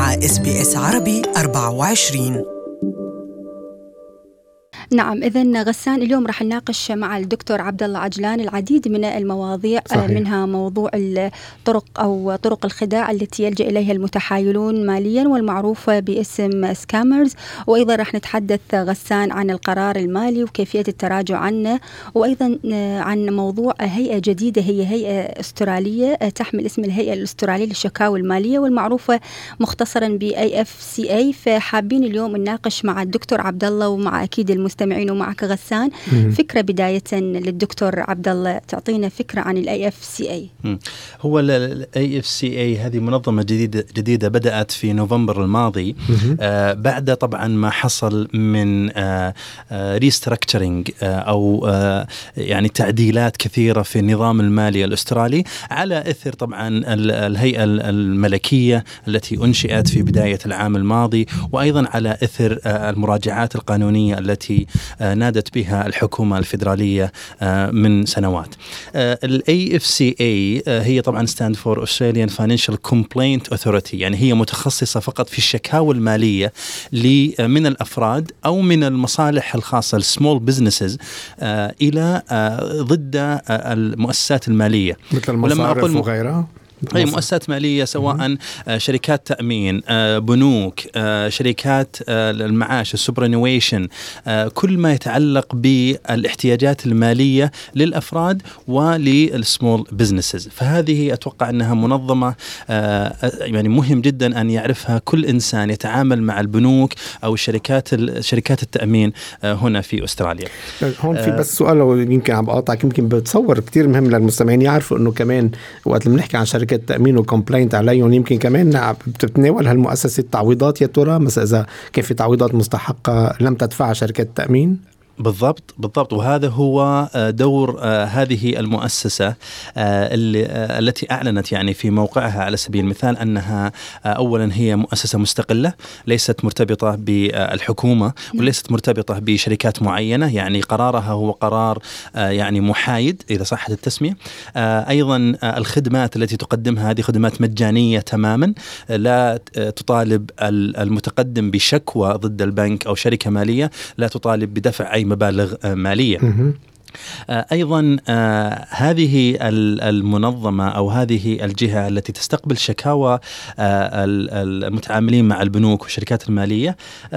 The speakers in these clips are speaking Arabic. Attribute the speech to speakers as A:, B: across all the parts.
A: مع SBS عربي 24.
B: نعم، إذن غسان اليوم راح نناقش مع الدكتور عبد الله عجلان العديد من المواضيع. صحيح. منها موضوع الطرق أو طرق الخداع التي يلجأ إليها المتحايلون ماليا والمعروفة باسم سكامرز، وأيضا راح نتحدث غسان عن القرار المالي وكيفية التراجع عنه، وأيضا عن موضوع هيئة جديدة، هي هيئة أسترالية تحمل اسم الهيئة الأسترالية للشكاوى المالية والمعروفة مختصرا ب AFCA. فحابين اليوم نناقش مع الدكتور عبد الله ومع أكيد المستمعين ومعك غسان فكرة بداية للدكتور عبد الله، تعطينا فكرة عن ال AFCA.
C: هو ال AFCA هذه منظمة جديدة بدأت في نوفمبر الماضي بعد طبعا ما حصل من ريستراكتشرنج أو يعني تعديلات كثيرة في النظام المالي الأسترالي على إثر طبعا الهيئة الملكية التي أنشئت في بداية العام الماضي، وأيضا على إثر المراجعات القانونية التي نادت بها الحكومة الفيدرالية من سنوات. ال AFCA هي طبعا stand for Australian Financial Complaint Authority، يعني هي متخصصة فقط في الشكاوى المالية من الأفراد أو من المصالح الخاصة small businesses إلى ضد المؤسسات المالية
D: مثل المصارف وغيرها.
C: أي مؤسسات مالية سواء شركات تأمين، بنوك، شركات المعاش، السوبرانويشن، كل ما يتعلق بالاحتياجات المالية للأفراد وللسمول بزنسز. فهذه أتوقع أنها منظمة يعني مهم جدا أن يعرفها كل إنسان يتعامل مع البنوك أو شركات التأمين هنا في أستراليا.
D: هون في بس سؤال يمكن عم بقاطعك، يمكن بتصور كتير مهم للمستمعين يعرفوا أنه كمان وقت اللي بنحكي عن شركة التأمين وكومبلاينت عليهم يمكن كمان بتتناول هالمؤسسة تعويضات، يا ترى مثلا إذا كان في تعويضات مستحقة لم تدفعها شركة التأمين؟
C: بالضبط، وهذا هو دور هذه المؤسسة التي أعلنت يعني في موقعها على سبيل المثال أنها أولا هي مؤسسة مستقلة ليست مرتبطة بالحكومة وليست مرتبطة بشركات معينة، يعني قرارها هو قرار يعني محايد إذا صحت التسمية. أيضا الخدمات التي تقدمها هذه خدمات مجانية تماما، لا تطالب المتقدم بشكوى ضد البنك أو شركة مالية، لا تطالب بدفع أي مبالغ مالية. أيضا هذه المنظمة أو هذه الجهة التي تستقبل شكاوى المتعاملين مع البنوك والشركات المالية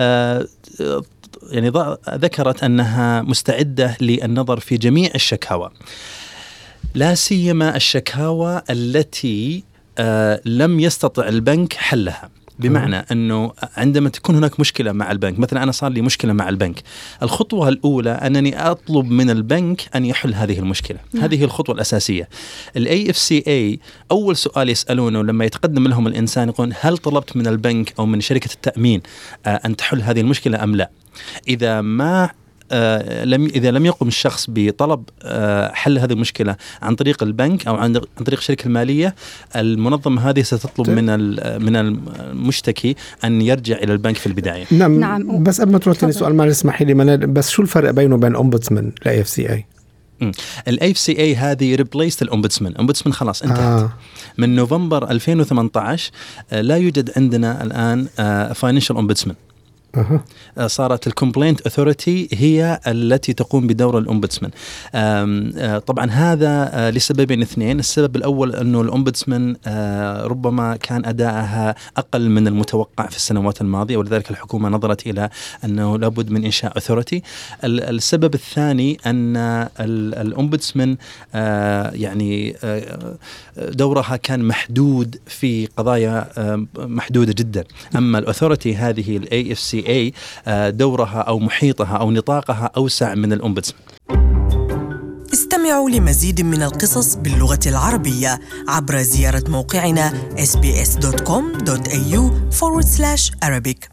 C: يعني ذكرت أنها مستعدة للنظر في جميع الشكاوى، لا سيما الشكاوى التي لم يستطع البنك حلها. بمعنى أنه عندما تكون هناك مشكلة مع البنك، مثلا أنا صار لي مشكلة مع البنك، الخطوة الأولى أنني أطلب من البنك أن يحل هذه المشكلة. هذه الخطوة الأساسية. ال AFCA أول سؤال يسألونه لما يتقدم لهم الإنسان يقول هل طلبت من البنك أو من شركة التأمين أن تحل هذه المشكلة أم لا؟ إذا لم يقم الشخص بطلب حل هذه المشكلة عن طريق البنك أو عن طريق الشركة المالية، المنظمة هذه ستطلب من المشتكي أن يرجع إلى البنك في البداية.
D: نعم. بس قبل ما تروح للسؤال ما اسمحي لي بس شو الفرق بينه وبين أومبودسمان ال AFCA؟
C: ال AFCA هذه replaced الأومبودسمان خلاص انتهت. من نوفمبر 2018 لا يوجد عندنا الآن financial ombudsman. صارت الكومبلاينت أثوريتي هي التي تقوم بدور الأومبودسمان. طبعا هذا لسببين اثنين. السبب الأول أنه الأومبودسمان ربما كان أداءها أقل من المتوقع في السنوات الماضية، ولذلك الحكومة نظرت إلى أنه لابد من إنشاء أثوريتي. السبب الثاني أن الأومبودسمان يعني دورها كان محدود في قضايا محدودة جدا، أما الأثوريتي هذه ال AFCA دورها أو محيطها أو نطاقها أوسع من الأومبودسمان.
A: استمعوا لمزيد من القصص باللغة العربية عبر زيارة موقعنا sbs.com.au/Arabic.